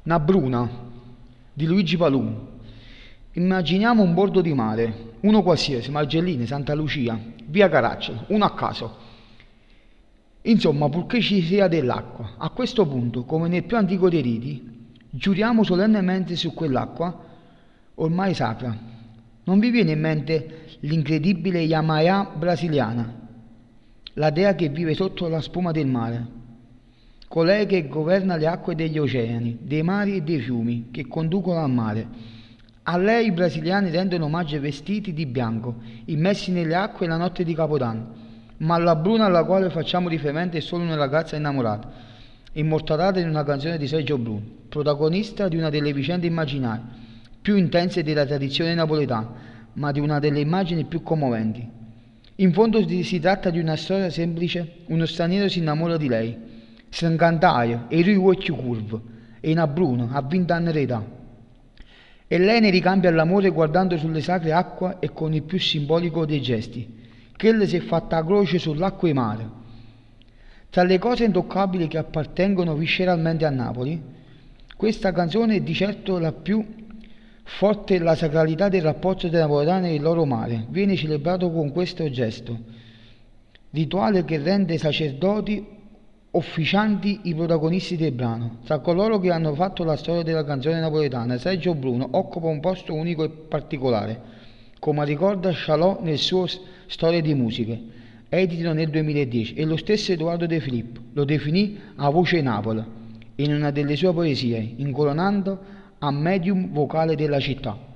Una bruna di Luigi Palù. Immaginiamo un bordo di mare, uno qualsiasi, Margelline, Santa Lucia, via Caracciolo, uno a caso. Insomma, purché ci sia dell'acqua. A questo punto, come nel più antico dei riti, giuriamo solennemente su quell'acqua ormai sacra. Non vi viene in mente l'incredibile Yamaya brasiliana, la dea che vive sotto la spuma del mare, colei che governa le acque degli oceani, dei mari e dei fiumi che conducono al mare. A lei i brasiliani rendono omaggio vestiti di bianco, immersi nelle acque la notte di Capodanno, ma la bruna alla quale facciamo riferimento è solo una ragazza innamorata, immortalata in una canzone di Sergio Bruno, protagonista di una delle vicende immaginarie più intense della tradizione napoletana, ma di una delle immagini più commoventi. In fondo si tratta di una storia semplice: uno straniero si innamora di lei, si incantaio e lui occhio curvo, e una bruna a 20 anni d'età. E lei ne ricambia l'amore guardando sulle sacre acque e con il più simbolico dei gesti, che le si è fatta a croce sull'acqua e mare. Tra le cose intoccabili che appartengono visceralmente a Napoli, questa canzone è di certo la più forte. La sacralità del rapporto dei napoletani e il loro mare viene celebrato con questo gesto, rituale che rende sacerdoti officianti i protagonisti del brano. Tra coloro che hanno fatto la storia della canzone napoletana, Sergio Bruno occupa un posto unico e particolare, come ricorda Scialò nel suo Storie di musiche, edito nel 2010, e lo stesso Edoardo De Filippo lo definì a voce Napoli in una delle sue poesie, incolonnando a medium vocale della città.